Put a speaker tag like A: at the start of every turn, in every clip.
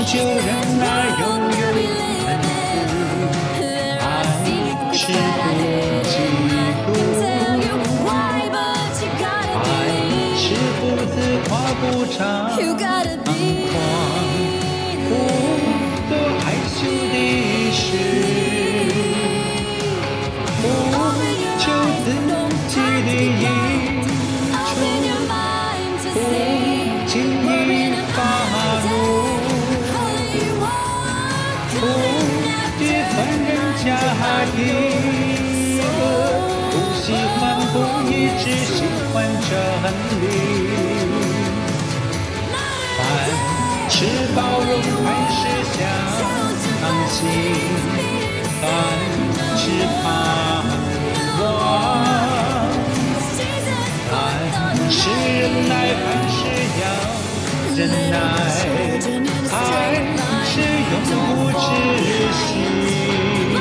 A: 救人那永远恩赐，爱是不嫉妒，爱是不自夸不长狂，不多害羞的事，不求自己的益处，不轻易发怒，不结婚人家庭，不喜欢不义，只喜欢真理。凡是包容，凡是相信，凡是盼望，凡是忍耐，凡是要忍耐，爱是永不止息。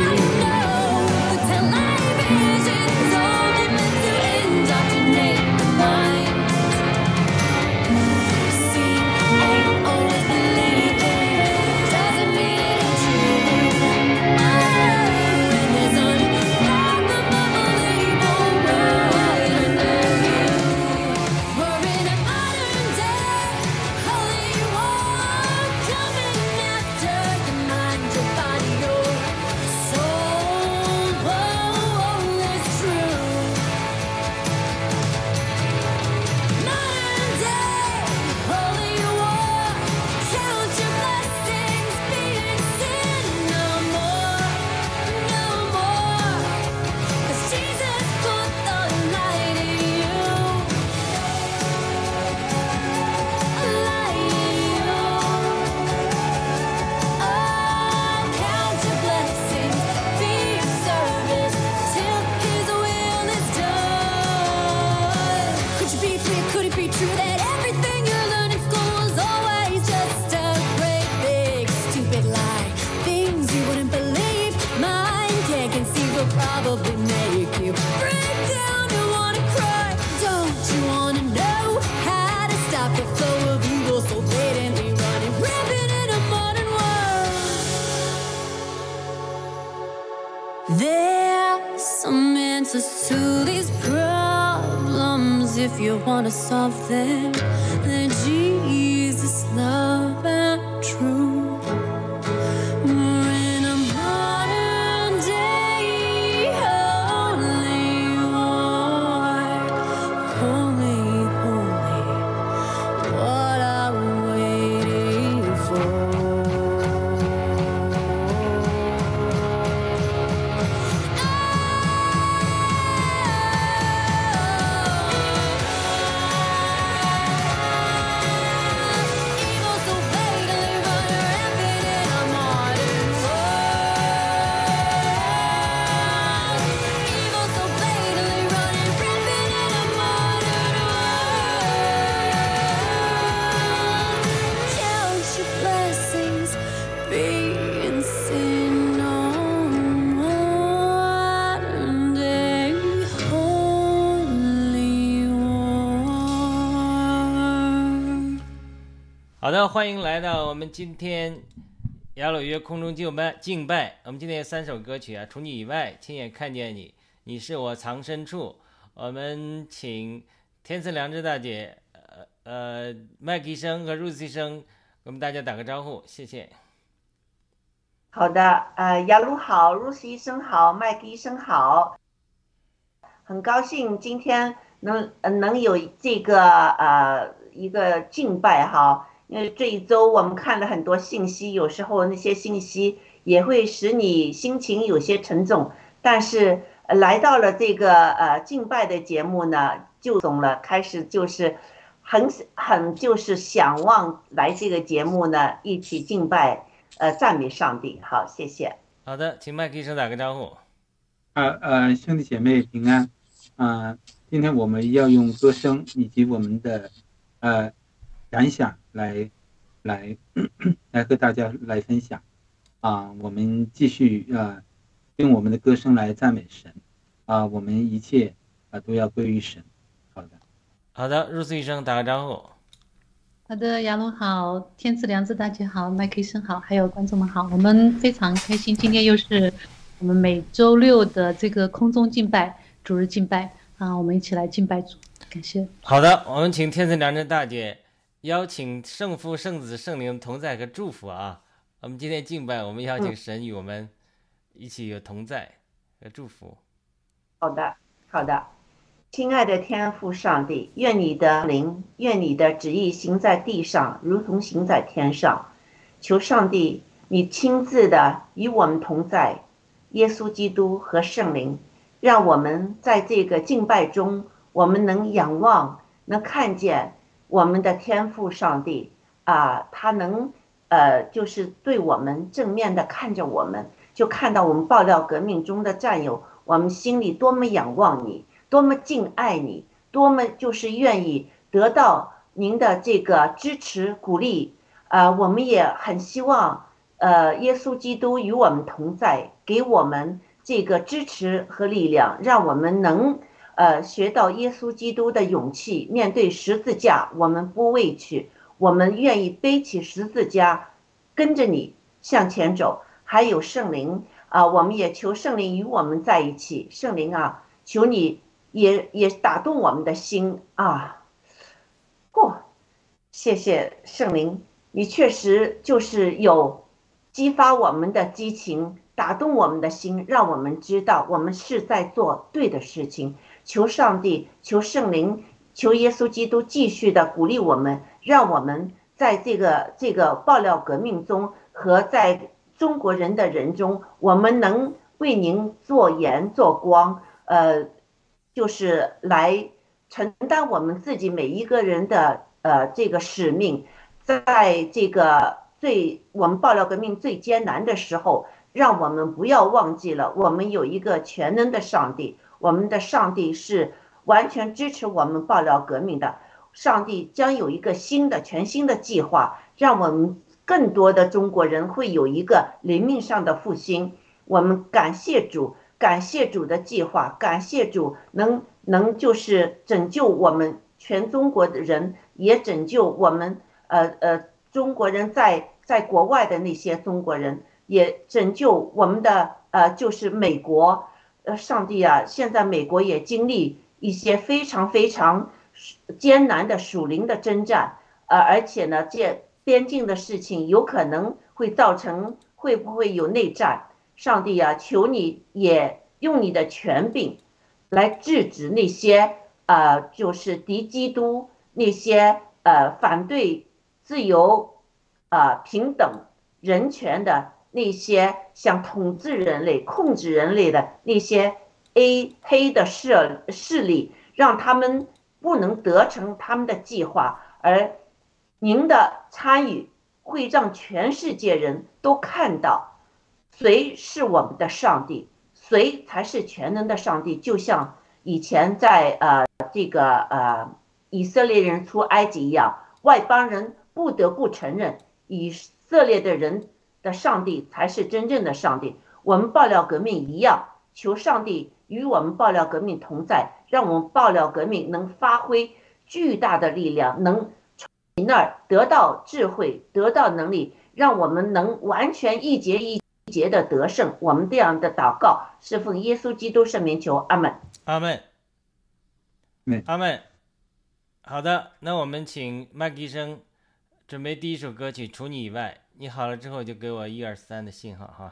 B: If you want to solve them, then Jesus, love and true. We're in a modern day holy war. Holy, holy, what are we waiting for?
C: 好的，欢迎来到我们今天雅鲁约空中敬拜。我们今天有3首歌曲啊，除你以外，亲眼看见你，你是我藏身处。我们请天赐良知大姐、麦克医生和 Ruth 医生给我们大家打个招呼，谢谢。
D: 好的，雅鲁好， Ruth 医生好，麦克医生好，很高兴今天能有这个一个敬拜哈。因为这一周我们看了很多信息，有时候那些信息也会使你心情有些沉重，但是来到了这个敬拜的节目呢，就懂了，开始就是很就是想望来这个节目呢，一起敬拜赞美上帝。好，谢谢。
C: 好的，请麦克医生打个招呼。
E: 兄弟姐妹平安。今天我们要用歌声以及我们的感想来和大家来分享我们继续用我们的歌声来赞美神我们一切都要归于神。好的，
C: Ruth 医生打个招呼。
F: 好的，亚龙好，天赐良知大姐好，麦克医生好，还有观众们好，我们非常开心，今天又是我们每周六的这个空中敬拜，主日敬拜啊，我们一起来敬拜主，感谢。
C: 好的，我们请天赐良知大姐邀请圣父、圣子、圣灵同在和祝福啊。我们今天敬拜，我们邀请神与我们一起有同在和祝福。
D: 好的，好的。亲爱的天父上帝，愿你的灵，愿你的旨意行在地上，如同行在天上。求上帝，你亲自的与我们同在，耶稣基督和圣灵，让我们在这个敬拜中，我们能仰望，能看见我们的天父上帝啊，他能就是对我们正面的看着我们，就看到我们爆料革命中的战友，我们心里多么仰望你。多么敬爱你，多么就是愿意得到您的这个支持鼓励，我们也很希望，耶稣基督与我们同在，给我们这个支持和力量，让我们能学到耶稣基督的勇气，面对十字架，我们不畏惧，我们愿意背起十字架，跟着你向前走。还有圣灵啊，我们也求圣灵与我们在一起，圣灵啊，求你。也打动我们的心啊！谢谢圣灵，你确实就是有激发我们的激情，打动我们的心，让我们知道我们是在做对的事情。求上帝，求圣灵，求耶稣基督继续的鼓励我们，让我们在这个爆料革命中和在中国人的人中，我们能为您做盐做光，就是来承担我们自己每一个人的这个使命，在这个我们爆料革命最艰难的时候，让我们不要忘记了，我们有一个全能的上帝，我们的上帝是完全支持我们爆料革命的。上帝将有一个全新的计划，让我们更多的中国人会有一个灵命上的复兴。我们感谢主。感谢主的计划，感谢主能就是拯救我们全中国的人，也拯救我们中国人在国外的那些中国人，也拯救我们的就是美国。上帝啊，现在美国也经历一些非常非常艰难的属灵的征战，而且呢，这边境的事情有可能会造成会不会有内战？上帝啊，求你也用你的权柄来制止那些就是敌基督那些反对自由平等人权的那些想统治人类控制人类的那些黑的势力，让他们不能得成他们的计划，而您的参与会让全世界人都看到谁是我们的上帝，谁才是全能的上帝。就像以前在以色列人出埃及一样，外邦人不得不承认以色列的人的上帝才是真正的上帝。我们爆料革命一样，求上帝与我们爆料革命同在，让我们爆料革命能发挥巨大的力量，能从你那儿得到智慧，得到能力，让我们能完全一节一节的得胜。我们这样的祷告是奉耶稣基督圣名求，阿门，
C: 阿门，阿门。好的，那我们请麦克医生准备第一首歌曲《除你以外》，你好了之后就给我1、2、3的信号哈。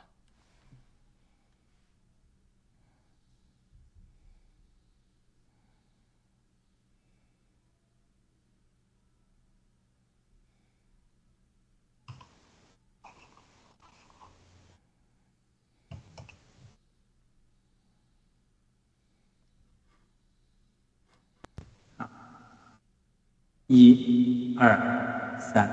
E: 1、2、3。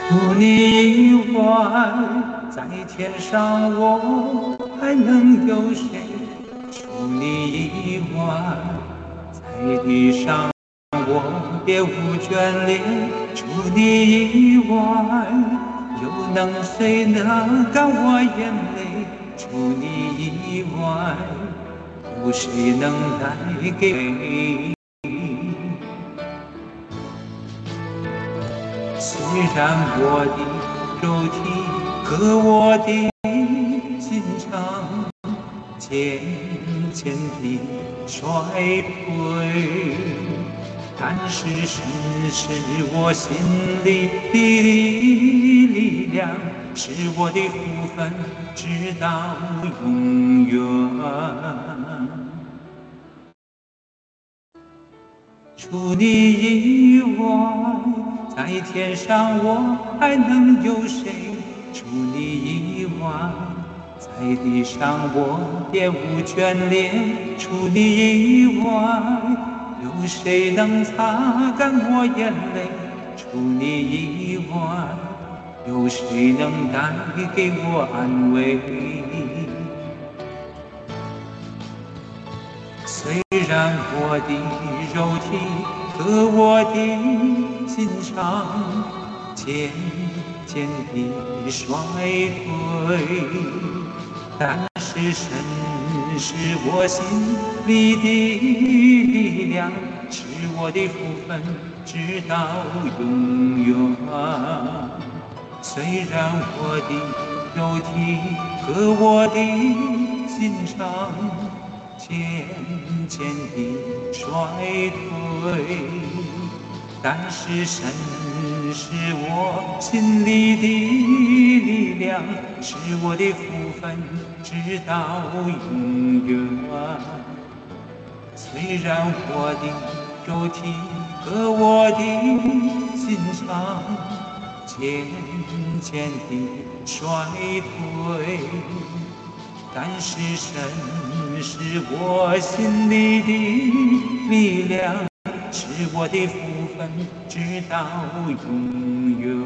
E: 除你以外，在天上我还能有谁？除你以外，在地上我别无眷恋。除你以外，又能谁能干我眼泪？除你以外，有谁能带给？虽然我的肉体和我的心肠渐渐地衰退，但是神是我心里的力量，是我的福分，直到永远。除你以外，在天上我还能有谁？除你以外，在地上我别无眷恋。除你以外，有谁能擦干我眼泪？除你以外，有谁能带给我安慰？虽然我的肉体和我的心肠渐渐地衰退，但是神是我心里的力量，是我的福分，直到永远。虽然我的肉体和我的心肠渐渐地衰退，但是神是我心里的力量，是我的福分，直到永远。虽然我的肉体和我的心肠渐渐地衰退，但是神是我心里的力量，是我的福分，直到永远。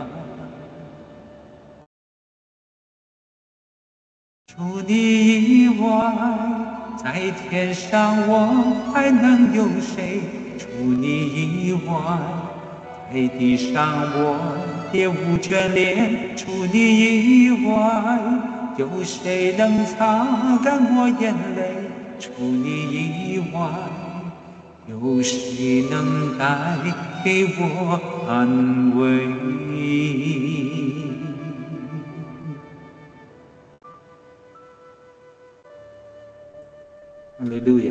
E: 除你以外，在天上我还能有谁？除你以外，在地上我别无眷恋。除你以外，有谁能擦干我眼泪？除你以外，有谁能带给我安慰？哈利路亚！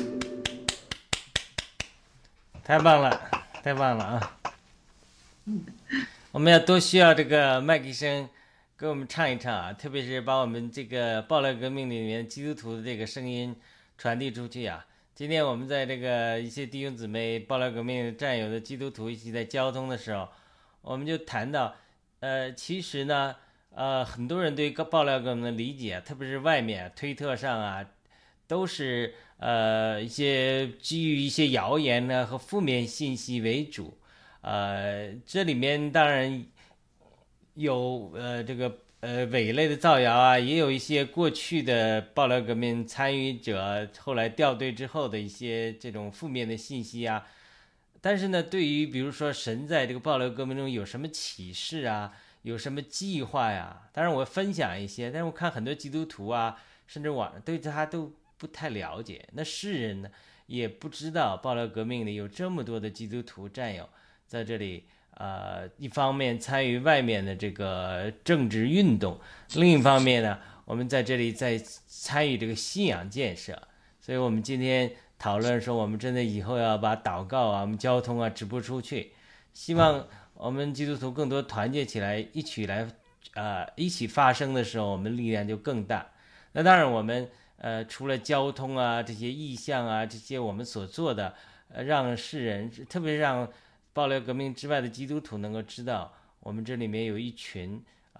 C: 太棒了，太棒了啊！我们要多需要这个麦克生给我们唱一唱啊，特别是把我们这个爆料革命里面基督徒的这个声音传递出去啊。今天我们在这个一些弟兄姊妹爆料革命战友的基督徒一起在交通的时候，我们就谈到其实呢很多人对爆料革命的理解，特别是外面推特上啊，都是一些基于一些谣言呢和负面信息为主。这里面当然有这个伪类的造谣啊，也有一些过去的爆料革命参与者后来掉队之后的一些这种负面的信息啊。但是呢，对于比如说神在这个爆料革命中有什么启示啊，有什么计划呀，当然我分享一些，但是我看很多基督徒啊，甚至网上对他都不太了解。那世人呢也不知道爆料革命里有这么多的基督徒战友在这里一方面参与外面的这个政治运动，另一方面呢，我们在这里在参与这个信仰建设。所以我们今天讨论说，我们真的以后要把祷告啊、我们交通啊直播出去，希望我们基督徒更多团结起来，一起发声的时候，我们力量就更大。那当然，我们除了交通啊这些意向啊这些我们所做的，让世人，特别是让爆料革命之外的基督徒能够知道，我们这里面有一群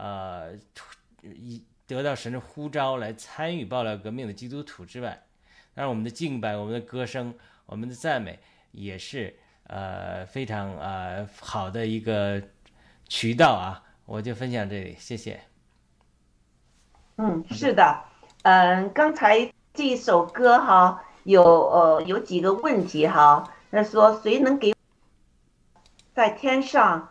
C: 得到神的呼召来参与爆料革命的基督徒之外，当然我们的敬拜、我们的歌声、我们的赞美也是非常好的一个渠道啊，我就分享这里，谢谢。
D: 是的，刚才这一首歌哈，有几个问题哈，他说谁能给在天上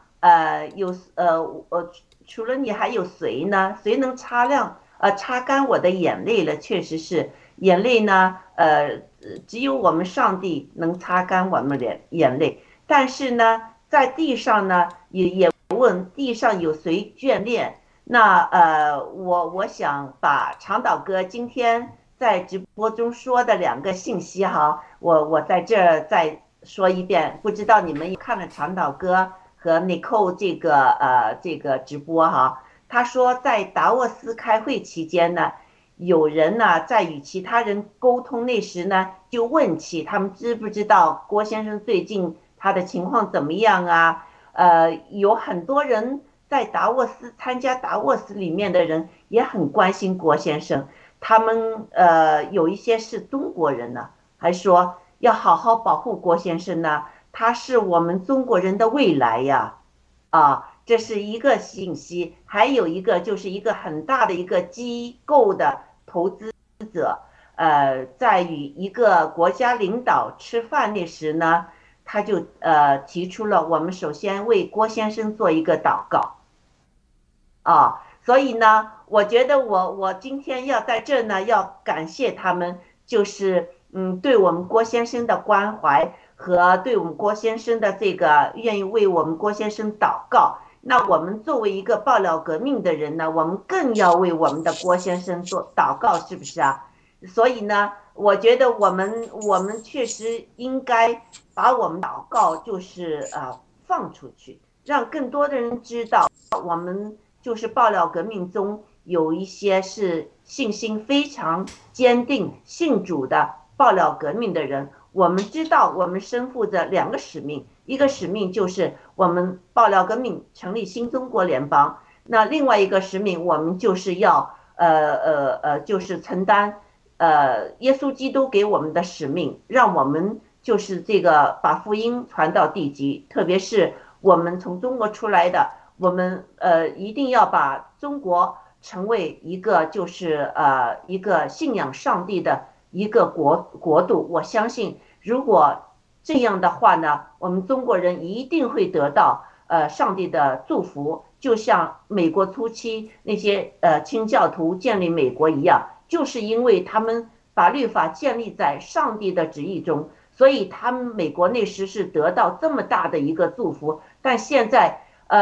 D: 除了你还有谁呢？谁能擦干我的眼泪了？确实是眼泪呢，只有我们上帝能擦干我们的眼泪。但是呢，在地上呢，也问地上有谁眷恋？那我想把长岛哥今天在直播中说的2个信息哈，我在这儿再说一遍，不知道你们看了长岛哥和 Nicole 这个直播哈。他说在达沃斯开会期间呢，有人呢在与其他人沟通那时呢，就问起他们知不知道郭先生最近他的情况怎么样啊？有很多人在参加达沃斯里面的人也很关心郭先生，他们有一些是中国人呢，还说要好好保护郭先生呢，他是我们中国人的未来呀，这是一个信息。还有一个就是一个很大的一个机构的投资者，在与一个国家领导吃饭那时呢，他就提出了我们首先为郭先生做一个祷告，所以呢，我觉得我今天要在这呢，要感谢他们，就是对我们郭先生的关怀和对我们郭先生的这个愿意为我们郭先生祷告。那我们作为一个爆料革命的人呢，我们更要为我们的郭先生做祷告，是不是啊？所以呢，我觉得我们确实应该把我们祷告就是放出去，让更多的人知道，我们就是爆料革命中有一些是信心非常坚定、信主的爆料革命的人。我们知道我们身负着2个使命，一个使命就是我们爆料革命成立新中国联邦，那另外一个使命我们就是要就是承担耶稣基督给我们的使命，让我们就是这个把福音传到地极，特别是我们从中国出来的，我们一定要把中国成为一个就是一个信仰上帝的一个国度。我相信如果这样的话呢，我们中国人一定会得到上帝的祝福，就像美国初期那些清教徒建立美国一样，就是因为他们把律法建立在上帝的旨意中，所以他们美国那时是得到这么大的一个祝福。但现在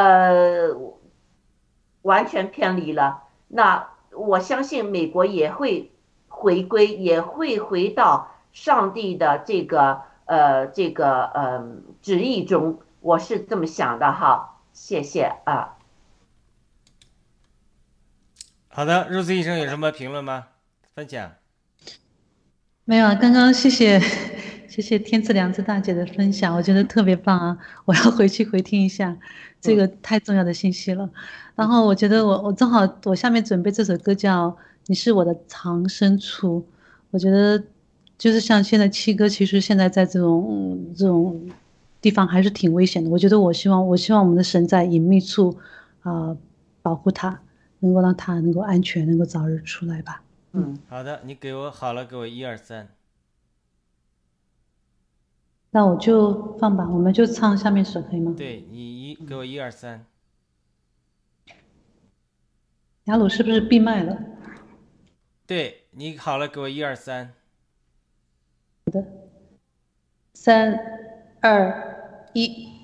D: 完全偏离了，那我相信美国也会回归，也会回到上帝的这个旨意中，我是这么想的哈。谢谢啊。
C: 好的，Rose 医生有什么评论吗？分享？
F: 没有啊，刚刚谢谢天赐良知大姐的分享，我觉得特别棒啊！我要回去回听一下，这个太重要的信息了。然后我觉得我正好我下面准备这首歌叫《你是我的藏身处》，我觉得就是像现在七哥，其实现在在这种地方还是挺危险的。我觉得我希望我们的神在隐秘处保护他，能够让他能够安全，能够早日出来吧。
C: 好的，你给我1、2、3。
F: 那我就放吧，我们就唱下面首可以吗？
C: 对，你给我1、2、3。
F: 雅鲁是不是闭麦了？
C: 对，你好了，给我1、2、3。
F: 好的，3、2、1。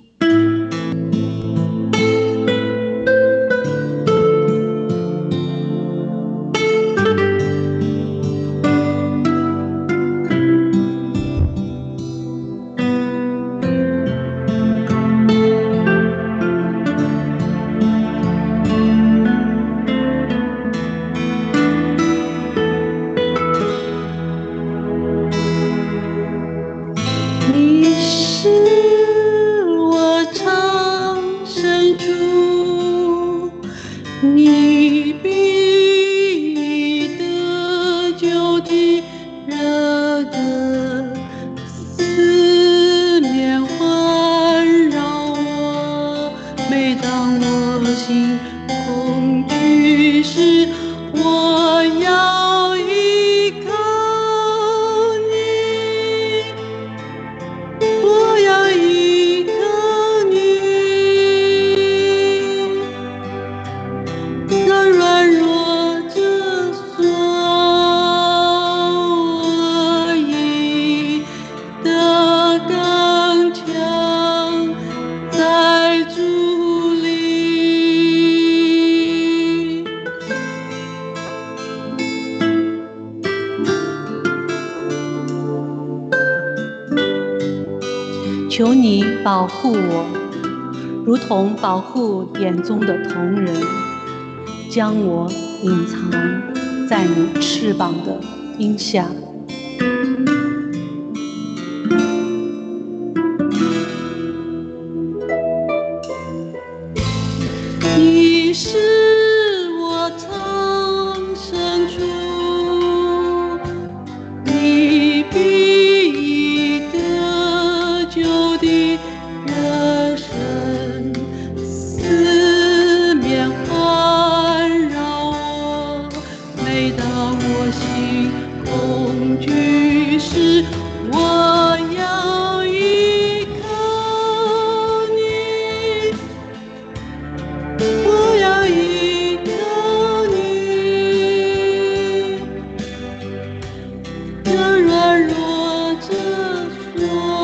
B: 每当我
F: 心恐惧时，我要依靠你，我要依靠你，那软弱之所以的刚强，在主里。求你保护我，如同保护眼中的瞳人，将我隐藏在你翅膀的荫下。你是我藏身处，你必得救的热身，四面环绕我。每当我心恐惧时，我要依靠你，我要依靠你，这软弱之所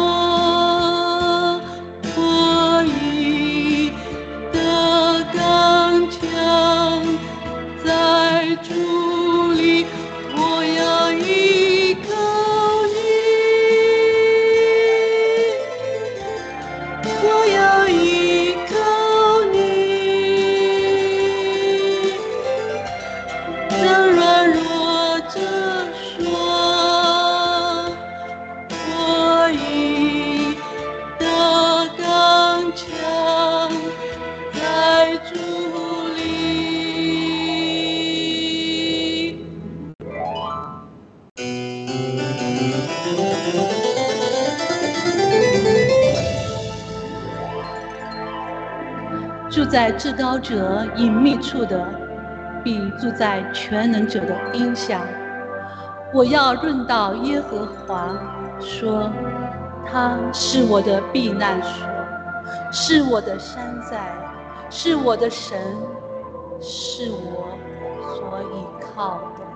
F: 以的刚强，在主里，我要依靠你，我要依靠你，这软弱之所以的刚强，在主里。住在至高者隐秘处的，必住在全能者的荫下。我要论到耶和华，说他是我的避难所，是我的山寨，是我的神，是我所倚靠的。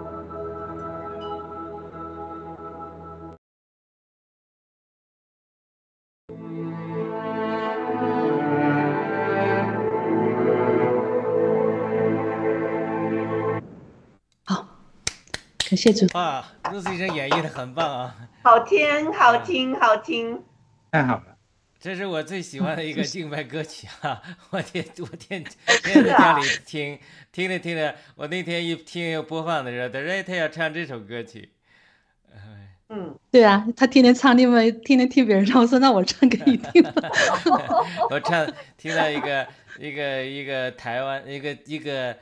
F: 好，感谢主。
C: 哇，Lucy 医生演绎的很棒啊！
D: 好听，好听，好听。
E: 太好了。
C: 这是我最喜欢的一个敬拜歌曲啊！我天在家里听着，我那天一听播放的时候，他说他要唱这首歌曲。
F: 对啊，他天天唱，你们天天听别人唱，我说那我唱给你听吧。
C: 我听到一个台湾一个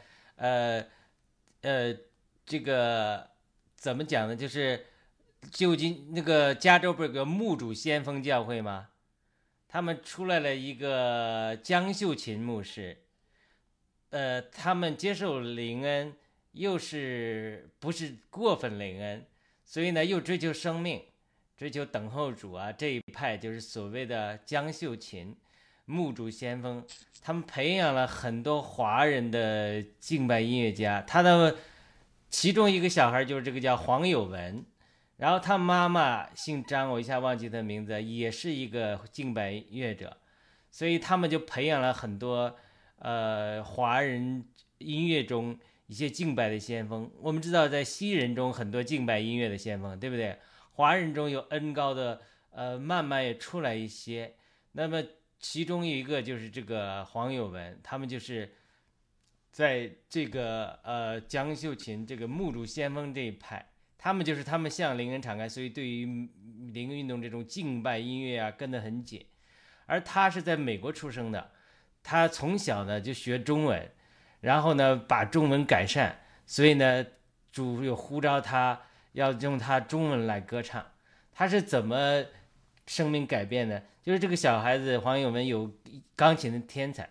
C: 这个怎么讲呢？就是旧金那个加州不是有个牧主先锋教会吗？他们出来了一个江秀琴牧师，他们接受灵恩，又是不是过分灵恩，所以呢又追求生命，追求等候主啊，这一派就是所谓的江秀琴牧主先锋，他们培养了很多华人的敬拜音乐家，他的其中一个小孩就是这个叫黄有文。然后他妈妈姓张，我一下忘记他的名字，也是一个敬拜乐者，所以他们就培养了很多华人音乐中一些敬拜的先锋。我们知道在西人中很多敬拜音乐的先锋，对不对？华人中有恩高的慢慢也出来一些，那么其中一个就是这个黄有文，他们就是在这个江秀琴这个牧主先锋这一派，他们向灵恩敞开，所以对于灵恩运动这种敬拜音乐啊跟得很紧。而他是在美国出生的，他从小呢就学中文，然后呢把中文改善，所以呢主有呼召他要用他中文来歌唱。他是怎么生命改变呢？就是这个小孩子黄有文有钢琴的天才，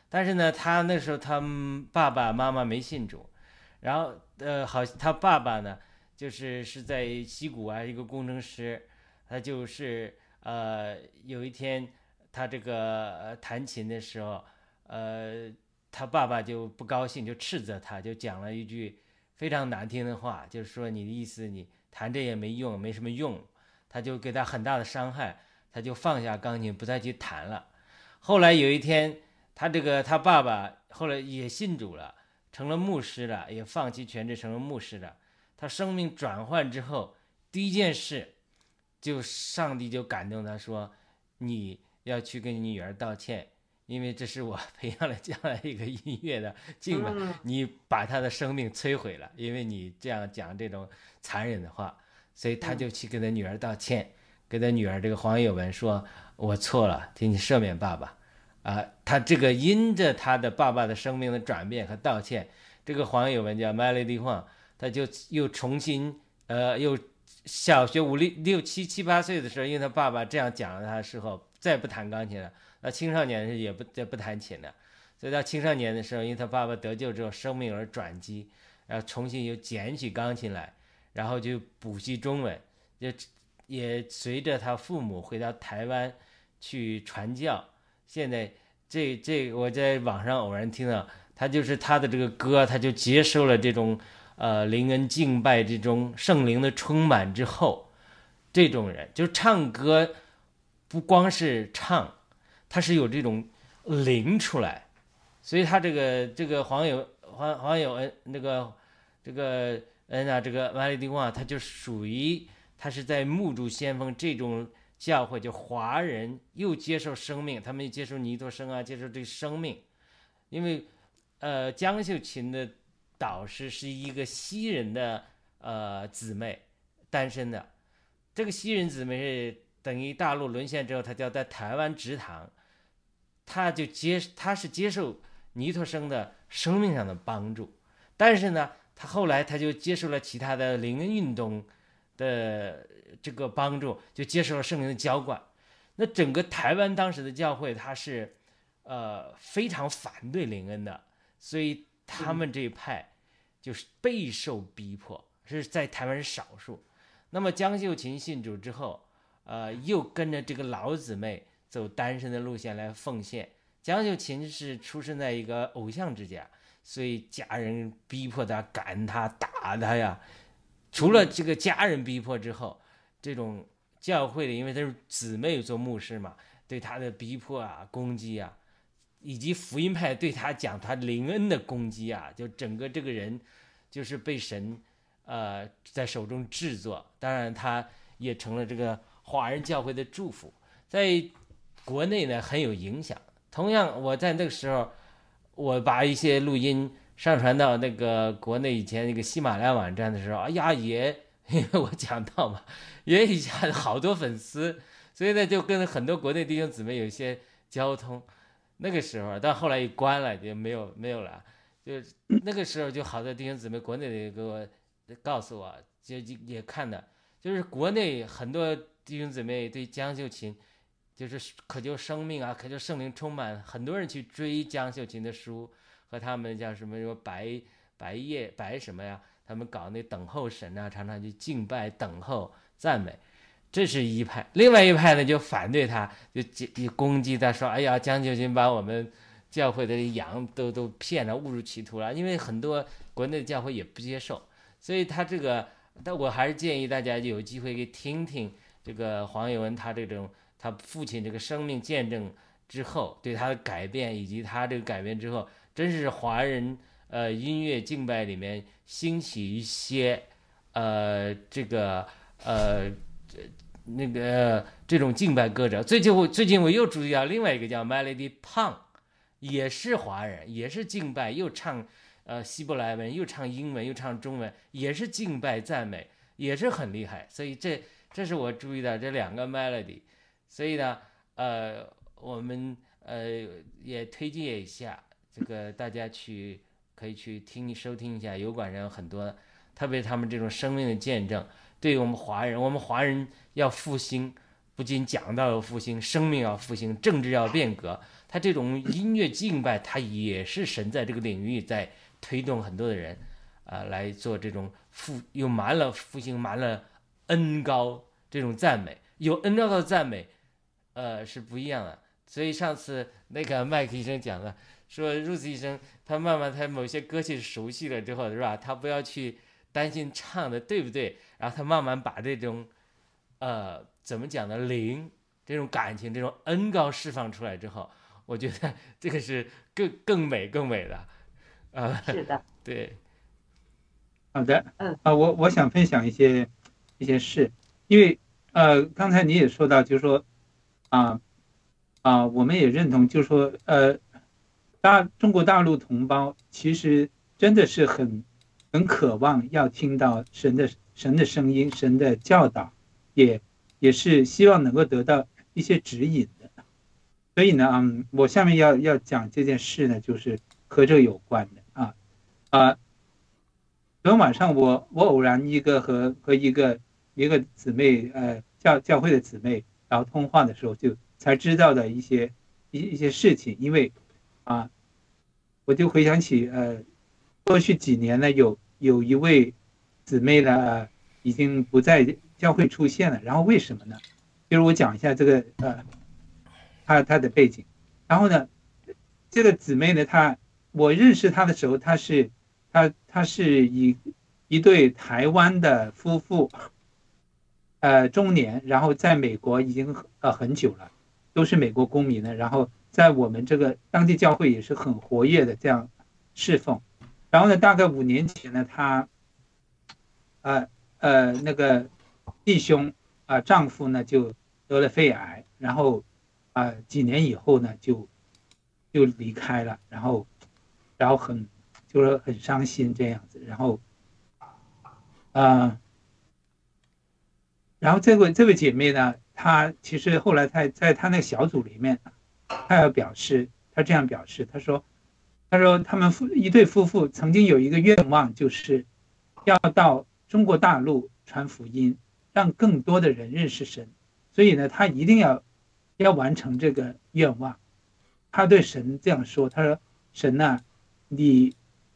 C: 但是呢，他那时候他爸爸妈妈没信主，然后他爸爸呢是在西谷啊一个工程师，他有一天他这个弹琴的时候，他爸爸就不高兴，就斥责他，就讲了一句非常难听的话，就是说你的意思你弹这也没用，没什么用，他就给他很大的伤害，他就放下钢琴不再去弹了。后来有一天，他爸爸后来也信主了，成了牧师了，也放弃全职成了牧师了。他生命转换之后，第一件事就上帝就感动他说，你要去跟你女儿道歉，因为这是我培养了将来一个音乐的敬拜，你把他的生命摧毁了，因为你这样讲这种残忍的话，所以他就去跟他女儿道歉，跟他女儿这个黄友文说，我错了，请你赦免爸爸。他这个因着他的爸爸的生命的转变和道歉，这个黄友文叫 Melody Huang， 他就又重新又小学5、6、7、8岁的时候，因为他爸爸这样讲了他的时候，再不弹钢琴了。青少年也不弹琴了，所以到青少年的时候，因为他爸爸得救之后，生命而转机，然后重新又捡起钢琴来，然后就补习中文，也随着他父母回到台湾去传教。现在这我在网上偶然听到，他的这个歌，他就接受了这种灵恩敬拜这种圣灵的充满之后，这种人就唱歌不光是唱，他是有这种灵出来，所以他这个黄友恩这个马里迪旺，他就属于他是在牧主先锋这种教会，就华人又接受生命，他们又接受尼托生啊，接受这生命。因为江秀琴的导师是一个西人的姊妹，单身的。这个西人姊妹是等于大陆沦陷之后，他就要在台湾植堂，他是接受尼托生的生命上的帮助，但是呢，他后来他就接受了其他的灵恩运动的这个帮助，就接受了圣灵的浇灌。那整个台湾当时的教会，他是非常反对灵恩的，所以他们这一派就是备受逼迫，是在台湾是少数。那么江秀琴信主之后，又跟着这个老姊妹走单身的路线来奉献。江秀琴是出生在一个偶像之家，所以家人逼迫他，赶他，打他呀。除了这个家人逼迫之后，这种教会的，因为他是姊妹做牧师嘛，对他的逼迫啊、攻击啊，以及福音派对他讲他灵恩的攻击啊，就整个这个人就是被神在手中制作。当然他也成了这个华人教会的祝福，在国内呢很有影响。同样我在那个时候，我把一些录音上传到那个国内以前那个喜马拉雅网站的时候，哎呀也因为我讲到嘛，也一下子好多粉丝，所以呢就跟很多国内弟兄姊妹有一些交通。那个时候但后来也关了，也没有了。就那个时候就好多弟兄姊妹国内的给我告诉我，就也看的，就是国内很多弟兄姊妹对江秀琴就是渴求生命啊，渴求圣灵充满，很多人去追江秀琴的书，和他们叫什么白什么呀，他们搞那等候神啊，常常去敬拜、等候、赞美，这是一派。另外一派呢就反对他，就攻击他，说哎呀，江秀琴把我们教会的羊都骗了，误入歧途了。因为很多国内的教会也不接受，所以他这个，但我还是建议大家有机会给听听这个黄友文他这种他父亲这个生命见证之后对他的改变，以及他这个改变之后，真是华人音乐敬拜里面兴起一些这种敬拜歌者。最近我又注意到另外一个叫 Melody Huang， 也是华人，也是敬拜，又唱希伯来文，又唱英文，又唱中文，也是敬拜赞美，也是很厉害。所以这是我注意到这两个 Melody。所以呢我们也推荐一下，这个大家可以去收听一下，油管上有很多，特别他们这种生命的见证，对于我们华人要复兴， 不仅讲道要复兴，生命要复兴，政治要变革。他这种音乐敬拜，他也是神在这个领域在推动很多的人来做这种又满了复兴，满了恩高这种赞美，有恩高的赞美是不一样的。所以上次那个麦克医生讲的，说 Ruth 医生他慢慢他某些歌曲熟悉了之后，是吧？他不要去担心唱的对不对，然后他慢慢把这种怎么讲的灵，这种感情，这种恩高释放出来之后，我觉得这个是更美的，
D: 是的，
C: 对。
E: 好的，我想分享一些事，因为刚才你也说到，就是说我们也认同，就是说中国大陆同胞其实真的是很渴望要听到神的声音，神的教导，也是希望能够得到一些指引的。所以呢，我下面要讲这件事呢，就是和这有关的昨天晚上我偶然和一个姊妹教会的姊妹，然后通话的时候就才知道的一些事情，因为我就回想起过去几年呢，有一位姊妹呢已经不在教会出现了，然后为什么呢？就是我讲一下这个她的背景。然后呢，这个姊妹呢，我认识她的时候，她是一对台湾的夫妇，中年，然后在美国已经很久了，都是美国公民的，然后在我们这个当地教会也是很活跃的这样侍奉。然后呢，大概5年前呢，她那个弟兄丈夫呢就得了肺癌，然后几年以后呢就离开了，然后就是很伤心这样子。然后这位姐妹呢，她其实后来在她那个小组里面，她这样表示，她说他们一对夫妇曾经有一个愿望，就是要到中国大陆传福音，让更多的人认识神。所以呢，他一定要完成这个愿望。他对神这样说，他说：“神啊，你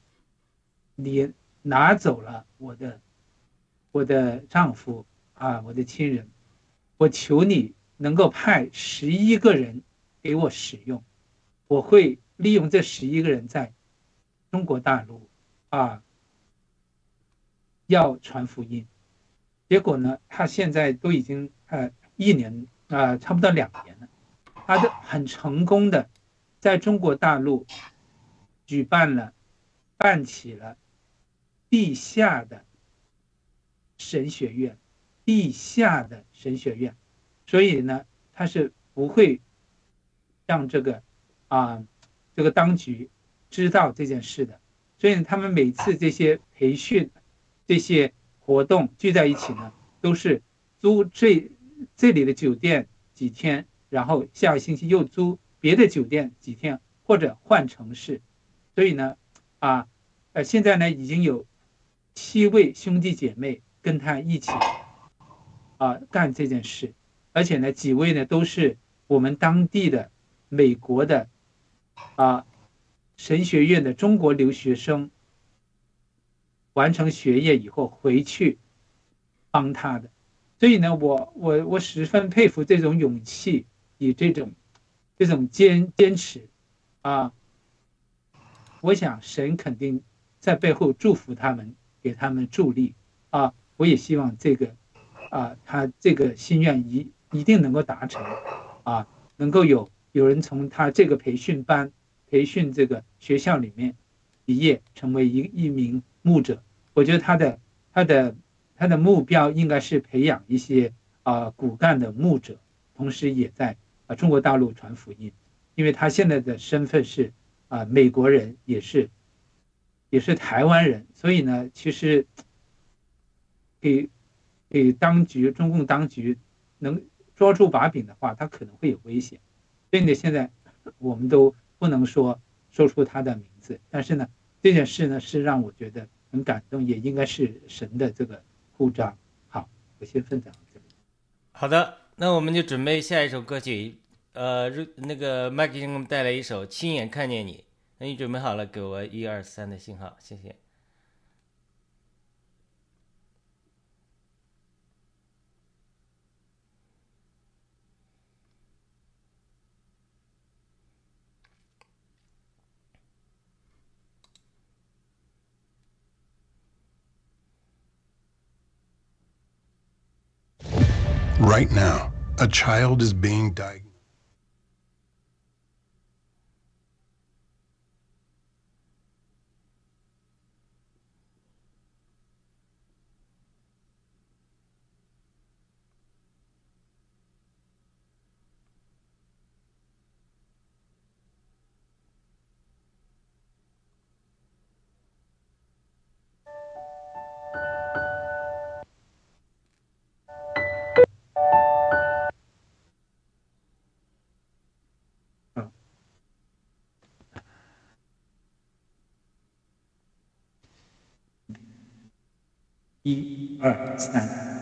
E: 拿走了我的丈夫我的亲人，我求你能够派11个人给我使用，我会利用这11个人在中国大陆要传福音。”结果呢，他现在都已经1年差不多2年了，他很成功的在中国大陆办起了地下的神学院，所以呢，他是不会让这个当局知道这件事的。所以他们每次这些培训、这些活动聚在一起呢，都是租这里的酒店几天，然后下个星期又租别的酒店几天，或者换城市。所以呢，现在呢已经有7位兄弟姐妹跟他一起干这件事，而且呢几位呢都是我们当地的美国的神学院的中国留学生，完成学业以后回去帮他的。所以呢，我十分佩服这种勇气，以这种坚持我想神肯定在背后祝福他们，给他们助力我也希望他这个心愿一定能够达成能够有人从他这个培训这个学校里面毕业，成为一名牧者。我觉得他的目标应该是培养一些骨干的牧者，同时也在中国大陆传福音。因为他现在的身份是美国人，也是台湾人，所以呢，其实给中共当局能抓住把柄的话，他可能会有危险。所以呢，现在我们都不能说出他的名字，但是呢，这件事呢是让我觉得很感动，也应该是神的这个呼召。好，我先分享到这里。
C: 好的， 那我们就准备下一首歌曲，那个麦克先给我们带来一首《亲眼看见你》。那你准备好了，给我1、2、3的信号，谢谢。
G: Right now, a child is being diagnosed.
E: 1、2、3。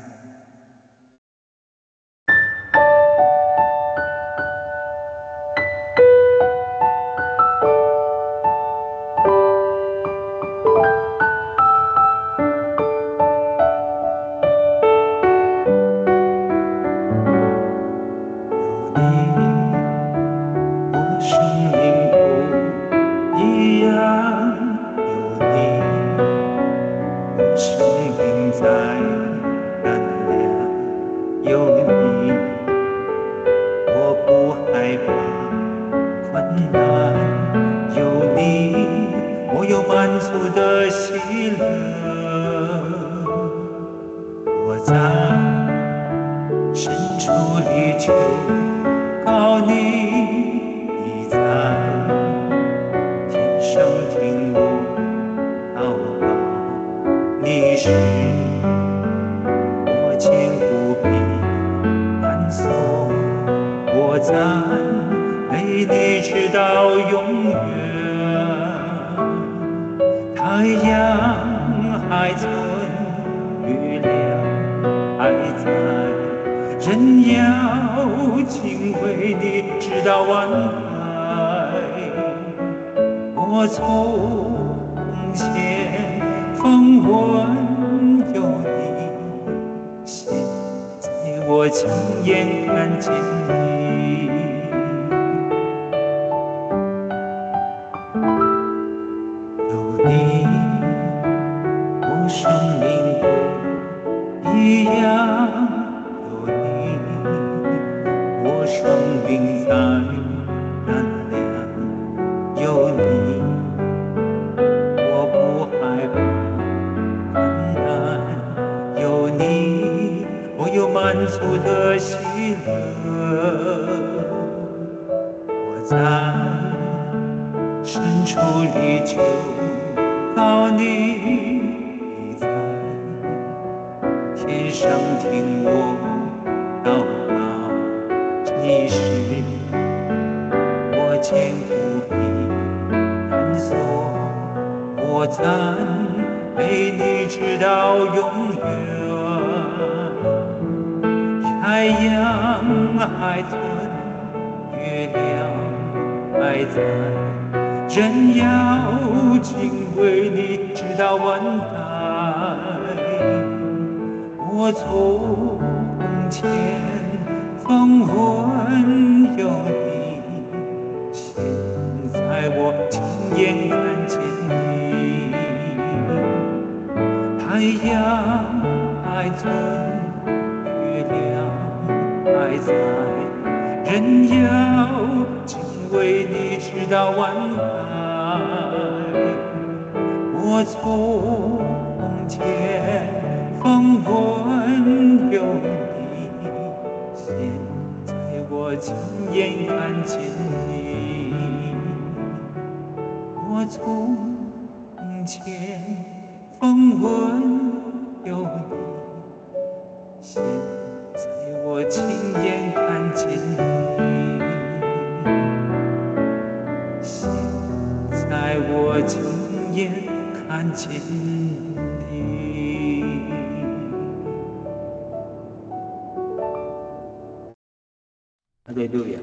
E: 哈利路亚。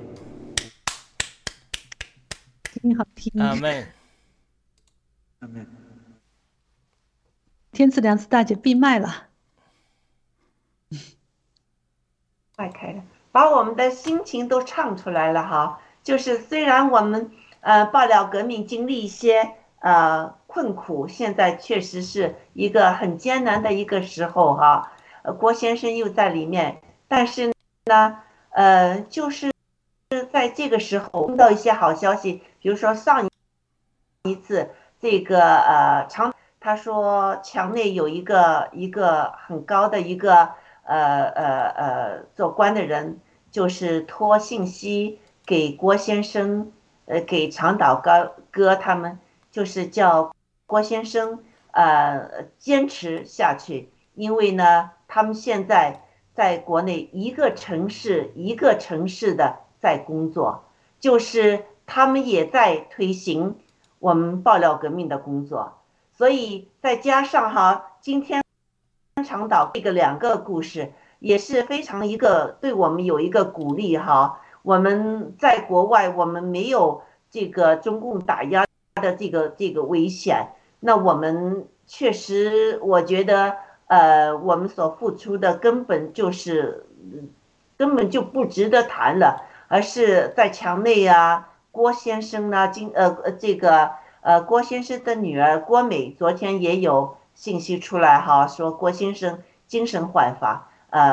F: 挺好听。
C: 阿门。
E: 阿门。
F: 天赐良知大姐闭麦了。
D: 麦开了，把我们的心情都唱出来了哈。就是虽然我们爆料革命经历一些困苦，现在确实是一个很艰难的一个时候哈。郭先生又在里面，但是呢，就是在这个时候听到一些好消息，比如说上一次这个他说墙内有一个很高的一个做官的人，就是托信息给郭先生，给长岛哥他们，就是叫郭先生坚持下去，因为呢，他们现在在国内一个城市一个城市的在工作，就是他们也在推行我们爆料革命的工作，所以再加上哈，今天长岛这个2个故事也是非常对我们有一个鼓励哈。我们在国外，我们没有这个中共打压的这个危险，那我们确实，我觉得我们所付出的根本就不值得谈了，而是在墙内啊，郭先生呢，郭先生的女儿郭美昨天也有信息出来哈，说郭先生精神焕发，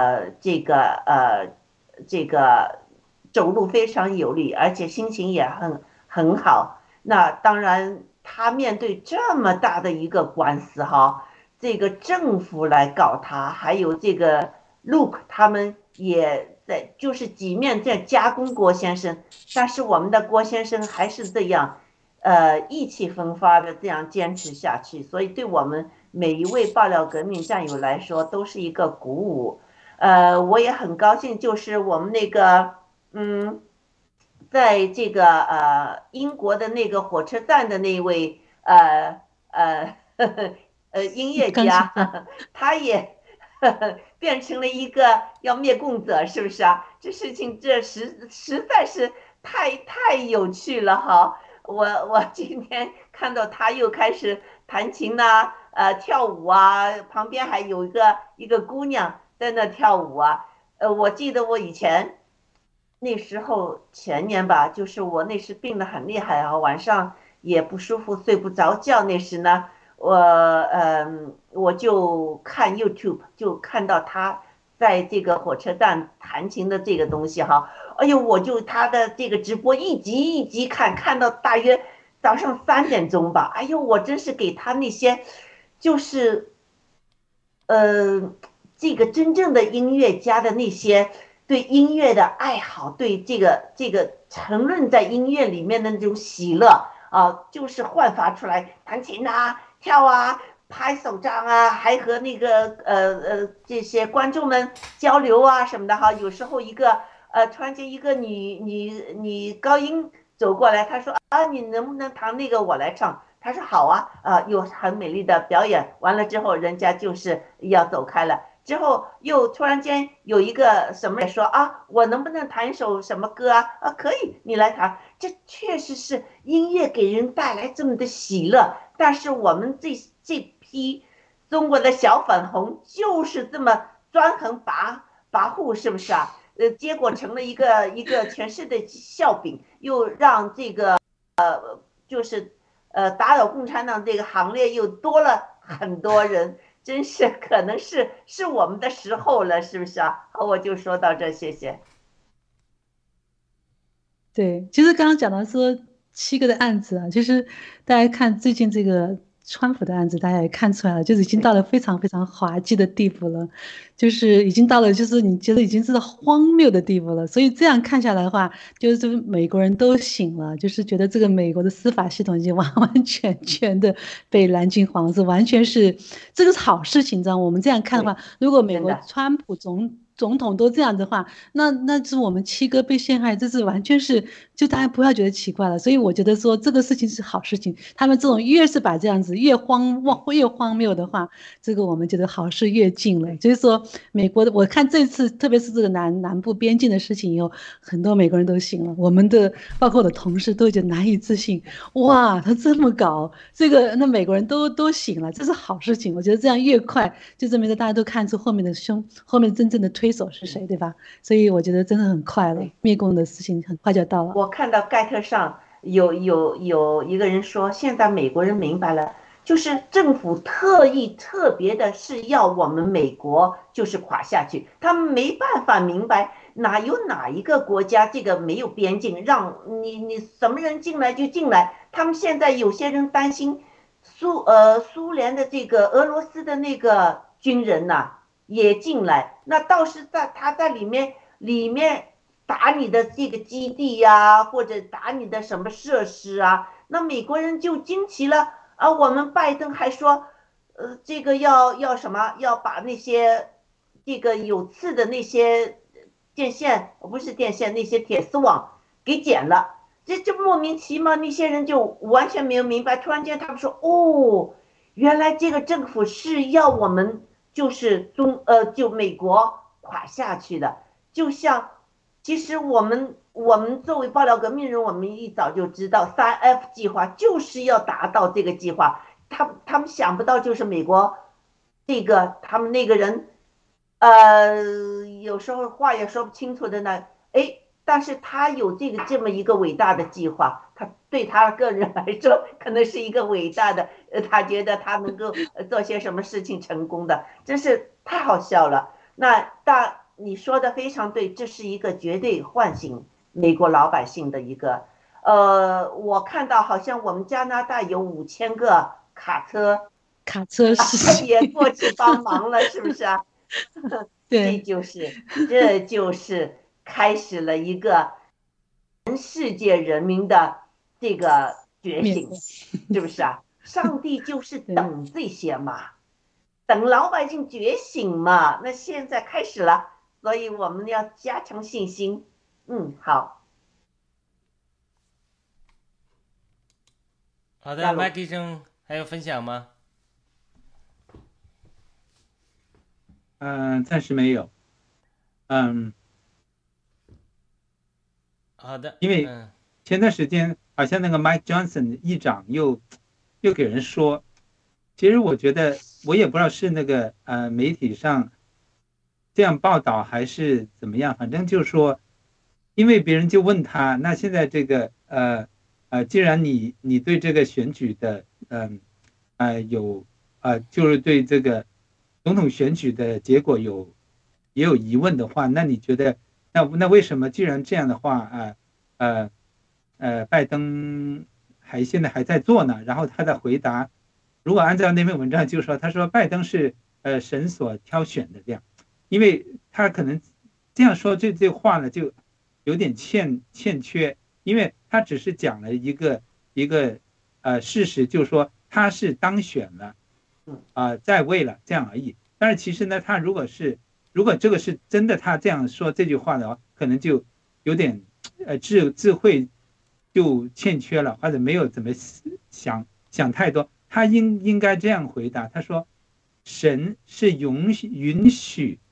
D: 这个走路非常有力，而且心情也很好。那当然，他面对这么大的一个官司哈，这个政府来告他，还有这个 Luke 他们也在就是几面在加工郭先生，但是我们的郭先生还是这样。意气风发的这样坚持下去，所以对我们每一位爆料革命战友来说都是一个鼓舞。我也很高兴，就是我们那个在这个英国的那个火车站的那位音乐家，他也变成了一个要灭共者，是不是啊？这事情实在是太有趣了哈。我今天看到他又开始弹琴呐，跳舞啊，旁边还有一个姑娘在那跳舞啊。我记得我以前那时候前年吧，就是我那时病得很厉害啊，晚上也不舒服，睡不着觉。那时呢，我就看 YouTube， 就看到他在这个火车站弹琴的这个东西哈。哎呦，我就他的这个直播一集一集看到大约早上3点钟吧。哎呦，我真是给他那些，就是这个真正的音乐家的那些对音乐的爱好，对这个沉沦在音乐里面的那种喜乐啊，就是焕发出来，弹琴啊、跳啊、拍手掌啊，还和那个这些观众们交流啊什么的哈。有时候突然间一个女高音走过来，她说啊，你能不能弹那个我来唱？他说好啊，有很美丽的表演，完了之后人家就是要走开了，之后又突然间有一个什么人说啊，我能不能弹一首什么歌啊？可以，你来弹。这确实是音乐给人带来这么的喜乐，但是我们这批中国的小粉红就是这么专横跋扈，是不是啊？结果成了一个全市的笑柄，又让这个就是打倒共产党这个行列又多了很多人，真是可能是我们的时候了，是不是啊？好，我就说到这，谢谢。
F: 对，其实刚刚讲到说7个的案子啊，就是大家看最近这个川普的案子，大家也看出来了，就是已经到了非常非常滑稽的地步了，就是已经到了就是你觉得已经是荒谬的地步了。所以这样看下来的话，就是美国人都醒了，就是觉得这个美国的司法系统已经完完全全的被蓝金黄是完全是这个是好事情，知道吗？我们这样看的话，如果美国川普总总统都这样的话，那是我们七哥被陷害，这是完全是就大家不要觉得奇怪了。所以我觉得说这个事情是好事情，他们这种越是把这样子越荒谬的话，这个我们觉得好事越近了。就是说美国的，我看这次特别是这个南部边境的事情以后，很多美国人都醒了，我们的包括我的同事都觉得难以置信，哇，他这么搞，这个那美国人都醒了，这是好事情。我觉得这样越快，就证明着大家都看出后面真正的推手是谁，对吧？所以我觉得真的很快了，灭共的事情很快就到了。
D: 我看到盖特上有一个人说，现在美国人明白了，就是政府特别的是要我们美国就是垮下去，他们没办法明白哪一个国家这个没有边境，让你什么人进来就进来。他们现在有些人担心苏联的这个俄罗斯的那个军人呐，也进来，那倒是他在里面打你的这个基地呀，或者打你的什么设施啊，那美国人就惊奇了啊。我们拜登还说，这个要什么，要把那些这个有刺的那些电线，不是电线，那些铁丝网给剪了。这莫名其妙，那些人就完全没有明白。突然间他们说，哦，原来这个政府是要我们就是就美国垮下去的。就像其实我们作为爆料革命人，我们一早就知道3F 计划就是要达到这个计划。他们想不到就是美国这个他们那个人有时候话也说不清楚的呢，但是他有这么一个伟大的计划，他对他个人来说可能是一个伟大的，他觉得他能够做些什么事情成功的，真是太好笑了。你说的非常对，这是一个绝对唤醒美国老百姓的一个，我看到好像我们加拿大有5000个卡车
F: 是
D: 也过去帮忙了，是不是啊？
F: 对，
D: 这就是开始了一个全世界人民的这个觉醒，是不是啊？上帝就是等这些嘛，等老百姓觉醒嘛。那现在开始了，所以我们要加强信心。好。
C: 好的，麦医生还有分享吗？
E: 暂时没有。
C: 好的，
E: 因为前段时间好像那个 Mike Johnson 议长又给人说，其实我觉得我也不知道是那个媒体上这样报道还是怎么样，反正就是说，因为别人就问他，那现在这个既然你对这个选举的就是对这个总统选举的结果也有疑问的话，那你觉得那为什么既然这样的话拜登现在还在做呢？然后他的回答，如果按照那篇文章就说，他说拜登是神所挑选的这样，因为他可能这样说这话呢就有点欠缺，因为他只是讲了一个事实，就是说他是当选了在位了这样而已。但是其实呢，他如果这个是真的，他这样说这句话的话，可能就有点智慧就欠缺了，或者没有怎么想太多。他应该这样回答，他说神是允许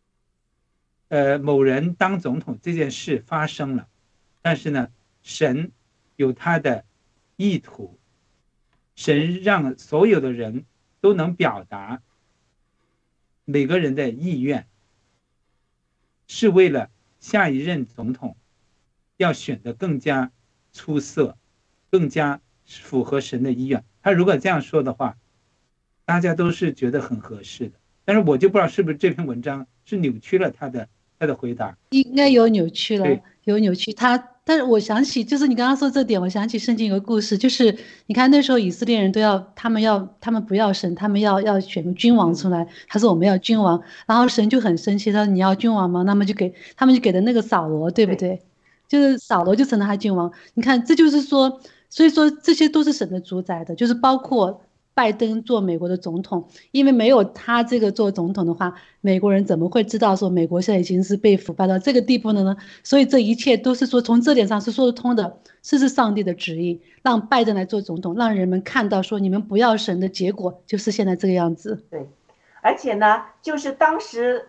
E: 某人当总统这件事发生了，但是呢神有他的意图，神让所有的人都能表达每个人的意愿，是为了下一任总统要选得更加出色，更加符合神的意愿。他如果这样说的话，大家都是觉得很合适的。但是我就不知道是不是这篇文章是扭曲了他的回答。
F: 应该有扭曲了，有扭曲。但是我想起，就是你刚刚说这点，我想起圣经有个故事，就是你看那时候以色列人他们不要神，他们要选个君王出来。他说我们要君王，然后神就很生气，他说你要君王吗？他们就给的那个扫罗，对不对？就是扫罗就成了他君王。你看，这就是说，所以说这些都是神的主宰的，就是包括拜登做美国的总统，因为没有他这个做总统的话，美国人怎么会知道说美国现在已经是被腐败到这个地步了呢？所以这一切都是说从这点上是说得通的，是上帝的旨意，让拜登来做总统，让人们看到说你们不要神的结果就是现在这个样子。
D: 对，而且呢，就是当时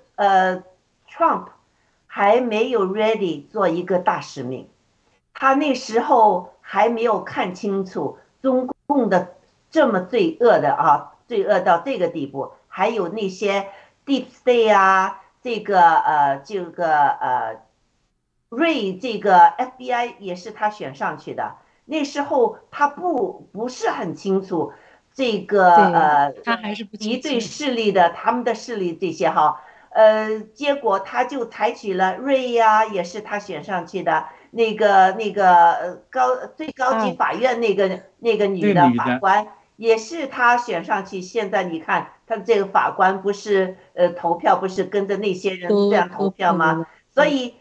D: Trump 还没有 ready 做一个大使命，他那时候还没有看清楚中共的这么罪恶的罪恶到这个地步，还有那些 Deep State 啊，Ray 这个 FBI 也是他选上去的，那时候他不是很清楚这个
F: 他还是不清楚
D: 敌对势力的他们的势力这些结果他就采取了 Ray 呀，也是他选上去的。那个最高级法院那个女的法官也是他选上去。现在你看他这个法官不是投票不是跟着那些人这样投票吗？所以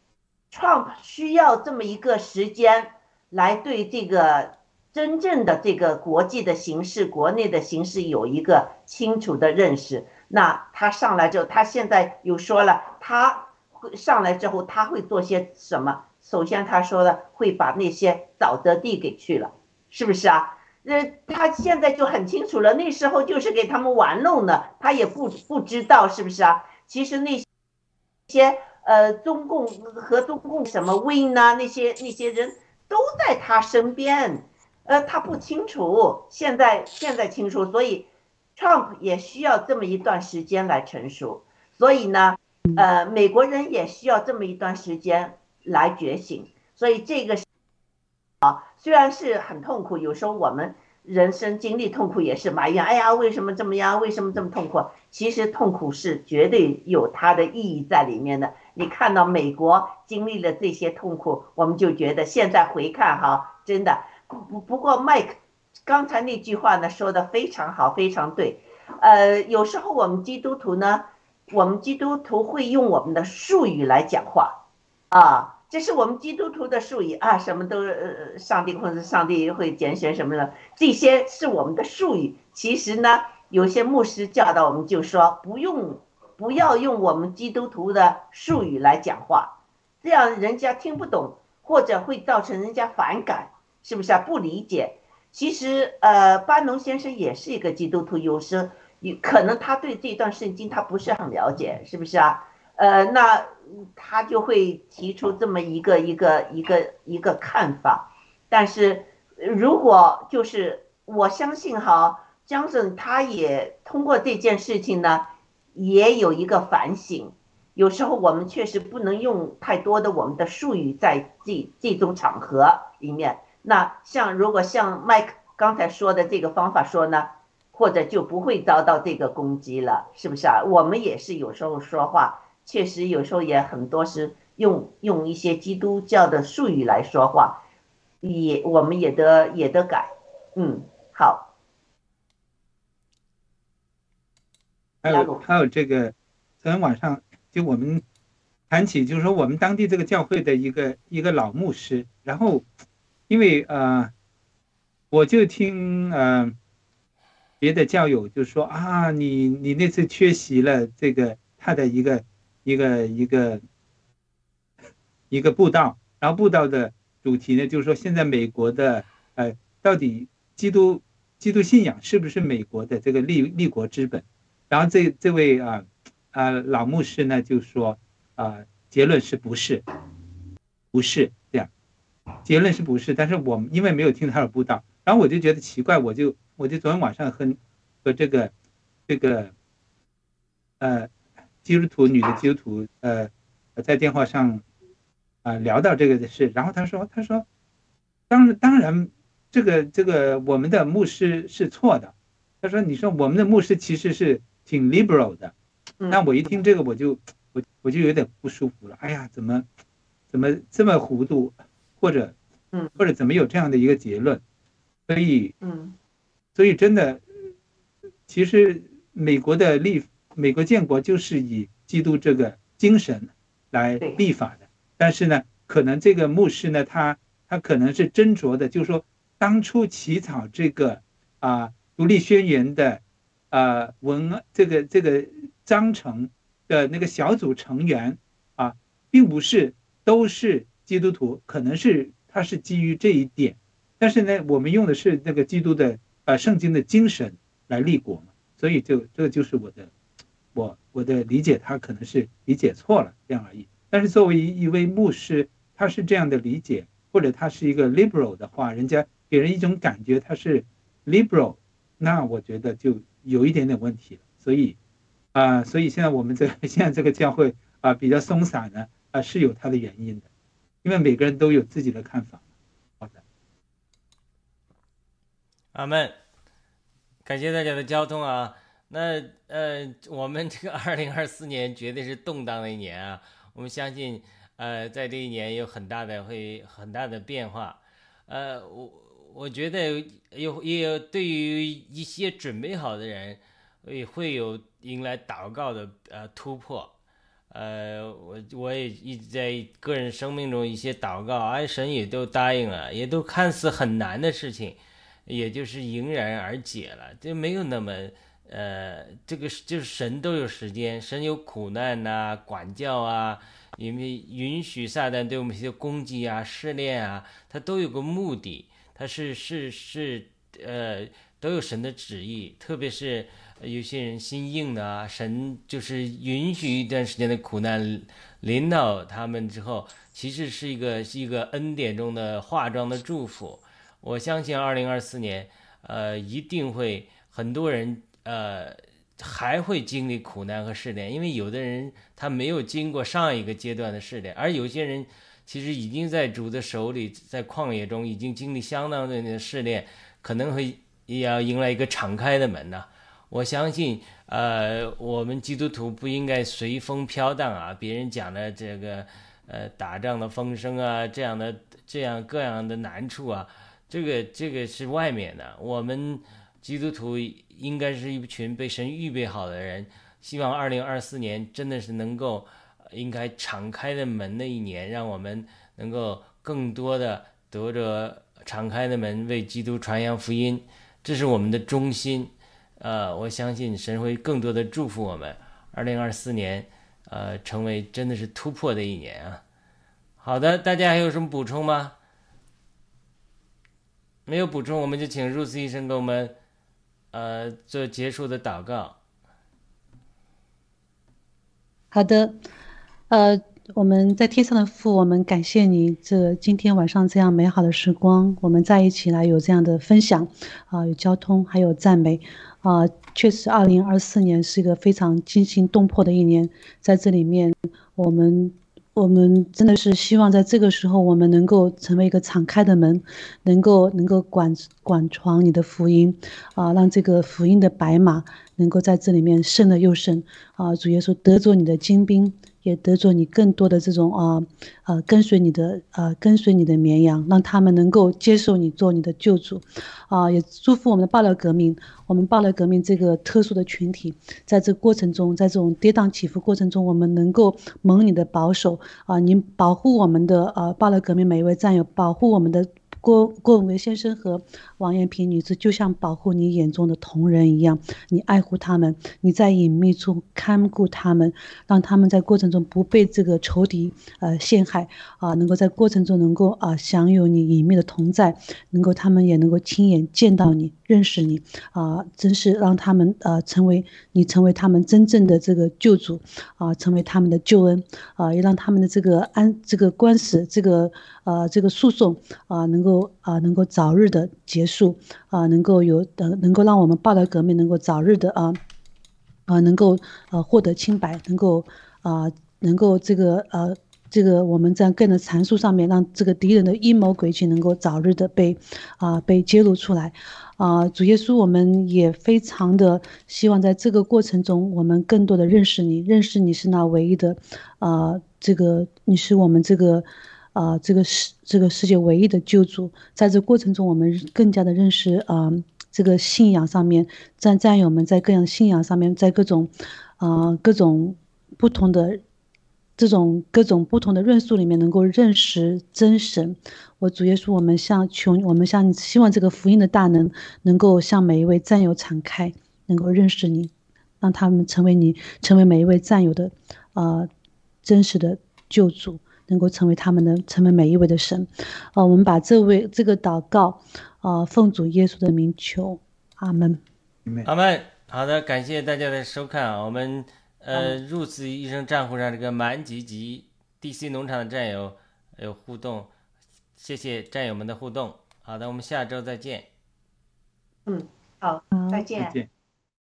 D: Trump 需要这么一个时间来对这个真正的这个国际的形势、国内的形势有一个清楚的认识。那他上来之后，他现在又说了，他上来之后他会做些什么？首先他说了会把那些沼泽地给去了，是不是啊？他现在就很清楚了，那时候就是给他们玩弄呢，他也不知道，是不是啊？其实那些中共和中共什么 Win 啊，那些人都在他身边，他不清楚，现在清楚，所以 Trump 也需要这么一段时间来成熟，所以呢，美国人也需要这么一段时间来觉醒，所以这个虽然是很痛苦，有时候我们人生经历痛苦也是埋怨，哎呀，为什么这么样？为什么这么痛苦？其实痛苦是绝对有它的意义在里面的。你看到美国经历了这些痛苦，我们就觉得现在回看真的不过 Mike 刚才那句话呢说的非常好，非常对。有时候我们基督徒呢，会用我们的术语来讲话这是我们基督徒的术语什么都上帝控制，上帝会拣选什么的，这些是我们的术语。其实呢，有些牧师教导我们就说不要用我们基督徒的术语来讲话，这样人家听不懂，或者会造成人家反感，是不是不理解。其实班农先生也是一个基督徒，有时可能他对这段圣经他不是很了解，是不是那他就会提出这么一个看法。但是如果就是我相信Johnson 他也通过这件事情呢也有一个反省，有时候我们确实不能用太多的我们的术语在这种场合里面。那如果像 Mike 刚才说的这个方法说呢，或者就不会遭到这个攻击了，是不是我们也是有时候说话确实有时候也很多是用一些基督教的术语来说话，我们也得改。好。
E: 还有这个，昨天晚上就我们谈起，就是说我们当地这个教会的一个老牧师，然后因为我就听别的教友就说你那次缺席了这个他的一个布道，然后布道的主题呢就是说现在美国的到底基督信仰是不是美国的这个立国之本？然后这位老牧师呢就说结论是不是这样，结论是不是，但是我们因为没有听他的布道，然后我就觉得奇怪，我就昨天晚上和这个基督徒女的基督徒在电话上聊到这个的事，然后他说当然这个我们的牧师是错的，他说你说我们的牧师其实是挺 liberal 的，那我一听这个我就有点不舒服了，哎呀怎么这么糊涂，或者怎么有这样的一个结论，所以真的其实美国建国就是以基督这个精神来立法的，但是呢可能这个牧师呢他可能是斟酌的，就是说当初起草这个独立宣言的这个章程的那个小组成员啊，并不是都是基督徒，可能是他是基于这一点，但是呢，我们用的是那个基督的圣经的精神来立国嘛，所以这个就是我的理解，他可能是理解错了这样而已。但是作为一位牧师，他是这样的理解，或者他是一个 liberal 的话，人家给人一种感觉他是 liberal， 那我觉得就有一点点问题了。所以现在我们现在这个教会比较松散呢是有它的原因的，因为每个人都有自己的看法。好的，
C: 阿们，感谢大家的交通啊。那我们这个2024年绝对是动荡的一年啊。我们相信在这一年有很大的变化。我觉得也有对于一些准备好的人也会有迎来祷告的突破。我也一直在个人生命中一些祷告，神也都答应了，也都看似很难的事情，也就是迎刃而解了，就没有那么这个就是神都有时间，神有苦难呐、管教啊，因为允许撒旦对我们一些攻击啊、试炼啊，它都有个目的，它是都有神的旨意，特别是有些人心硬的啊，神就是允许一段时间的苦难临到他们之后，其实是一个恩典中的化妆的祝福。我相信2024年一定会很多人还会经历苦难和试炼，因为有的人他没有经过上一个阶段的试炼，而有些人其实已经在主的手里，在旷野中已经经历相当的试炼，可能也要迎来一个敞开的门呐。我相信我们基督徒不应该随风飘荡啊，别人讲的这个打仗的风声啊，这样各样的难处啊，这个是外面的，我们基督徒应该是一群被神预备好的人。希望2024年真的是能够应该敞开的门的一年，让我们能够更多的得着敞开的门，为基督传扬福音，这是我们的中心。我相信神会更多的祝福我们2024年成为真的是突破的一年啊。好的，大家还有什么补充吗？没有补充，我们就请Ruth医生给我们做结束的祷告。
F: 好的，我们在天上的父，我们感谢你今天晚上这样美好的时光，我们在一起来有这样的分享有交通，还有赞美确实2024年是一个非常惊心动魄的一年，在这里面我们真的是希望在这个时候我们能够成为一个敞开的门，能够广传你的福音让这个福音的白马能够在这里面胜了又胜主耶稣得着你的精兵，也得着你更多的这种跟随你的绵羊，让他们能够接受你做你的救主也祝福我们的报道革命，我们报道革命这个特殊的群体，在这个过程中，在这种跌宕起伏过程中，我们能够蒙你的保守您保护我们的报道革命每一位战友，保护我们的郭文维先生和王艳萍女士，就像保护你眼中的同人一样，你爱护他们，你在隐秘处看顾他们，让他们在过程中不被这个仇敌陷害能够在过程中能够享有你隐秘的同在，能够他们也能够亲眼见到你，认识你真是让他们成为他们真正的这个救主成为他们的救恩也让他们的这个官司这个诉讼能够早日的结束能够让我们报道革命能够早日的能够获得清白，能够这个我们在更的阐述上面，让这个敌人的阴谋诡计能够早日的被揭露出来主耶稣，我们也非常的希望在这个过程中，我们更多的认识你是那唯一的你是我们这个世界唯一的救主。在这过程中，我们更加的认识这个信仰上面，战友们在各样信仰上面，在各种不同的这种各种不同的论述里面能够认识真神。我主耶稣，我们向你希望这个福音的大能能够向每一位战友敞开，能够认识你，让他们成为每一位战友的真实的救主，能够成为每一位的神。我们把这个祷告奉主耶稣的名求，阿门。
C: 阿门。好的，感谢大家的收看啊。我们入此医生账户上这个满几集 DC 农场的战友有互动，谢谢战友们的互动。好的，我们下周再见。
D: 好，再见。
E: 再见。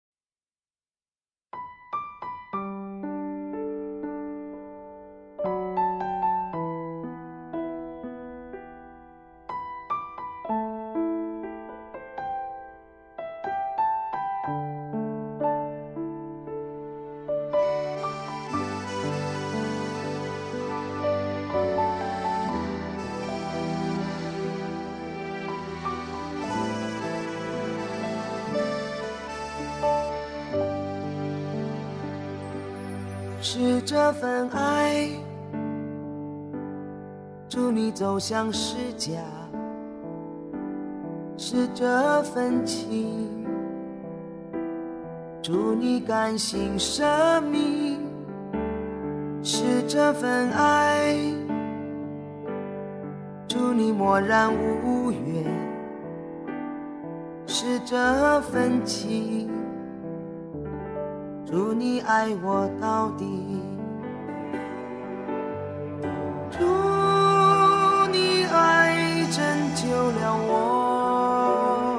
H: 是这份爱，助你走向世家；是这份情，助你甘心舍命；是这份爱，助你默然无怨；是这份情，祝你爱我到底，祝你爱拯救了我，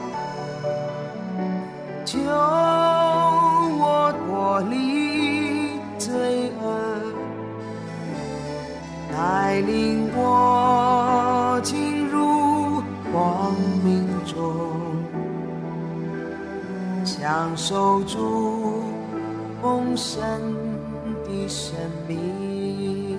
H: 救我脱离罪恶，带领我进入光明中，享受主丰盛的生命。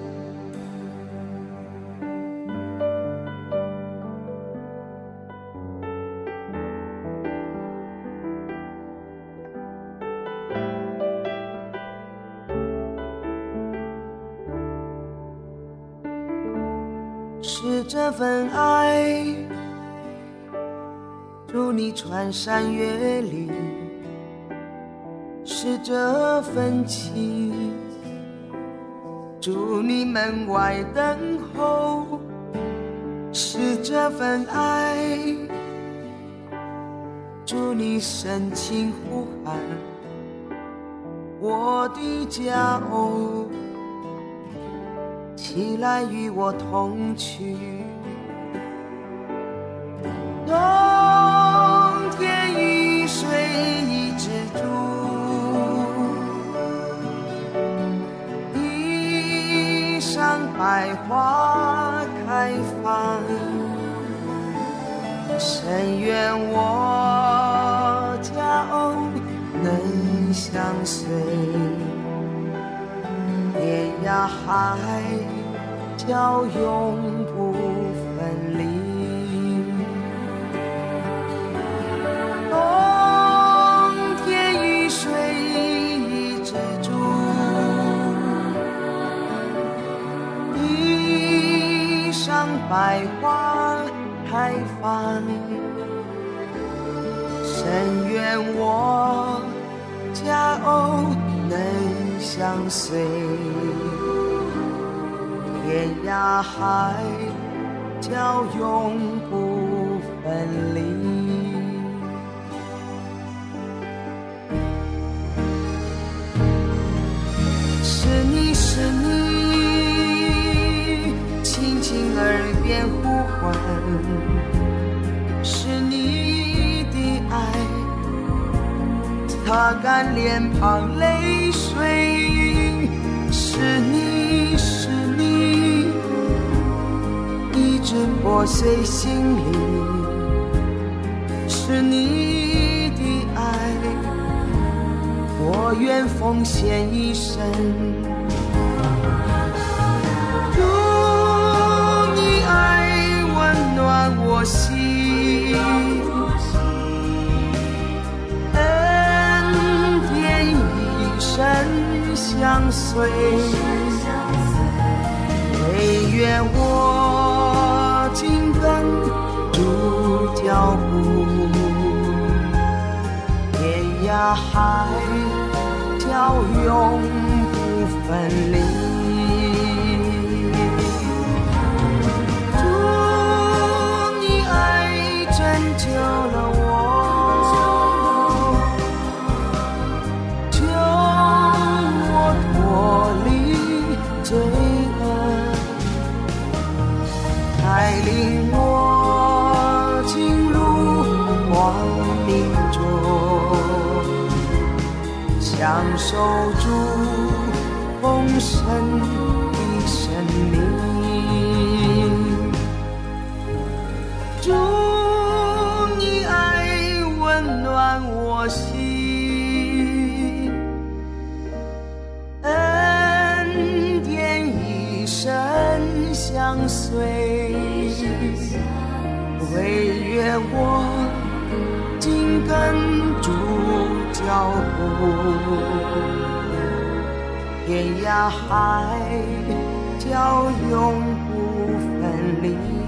H: 是这份爱，祝你穿山越岭；是这份情，祝你门外等候；是这份爱，祝你深情呼喊我的佳偶，起来与我同去。冬天雨水一直住，地上百花开放，深愿我佳偶能相随，天涯海角永不分离。冬天雨水一直住，地上百花开放，深愿我佳偶能相随，天涯海角永不分离。是你，轻轻耳边呼唤，是你的爱擦干脸庞泪水，是你一直破碎心灵，是你的爱我愿奉献一生。祝你爱温暖我心，恩典一生相随，唯愿我紧跟主脚步，天涯海角永不分离。主，你爱拯救了我，救我脱离罪恶，带领我进入光明中，享受主丰盛的生命。主，你爱温暖我心，恩典一生相随，唯愿我紧跟主脚步，天涯海角永不分离。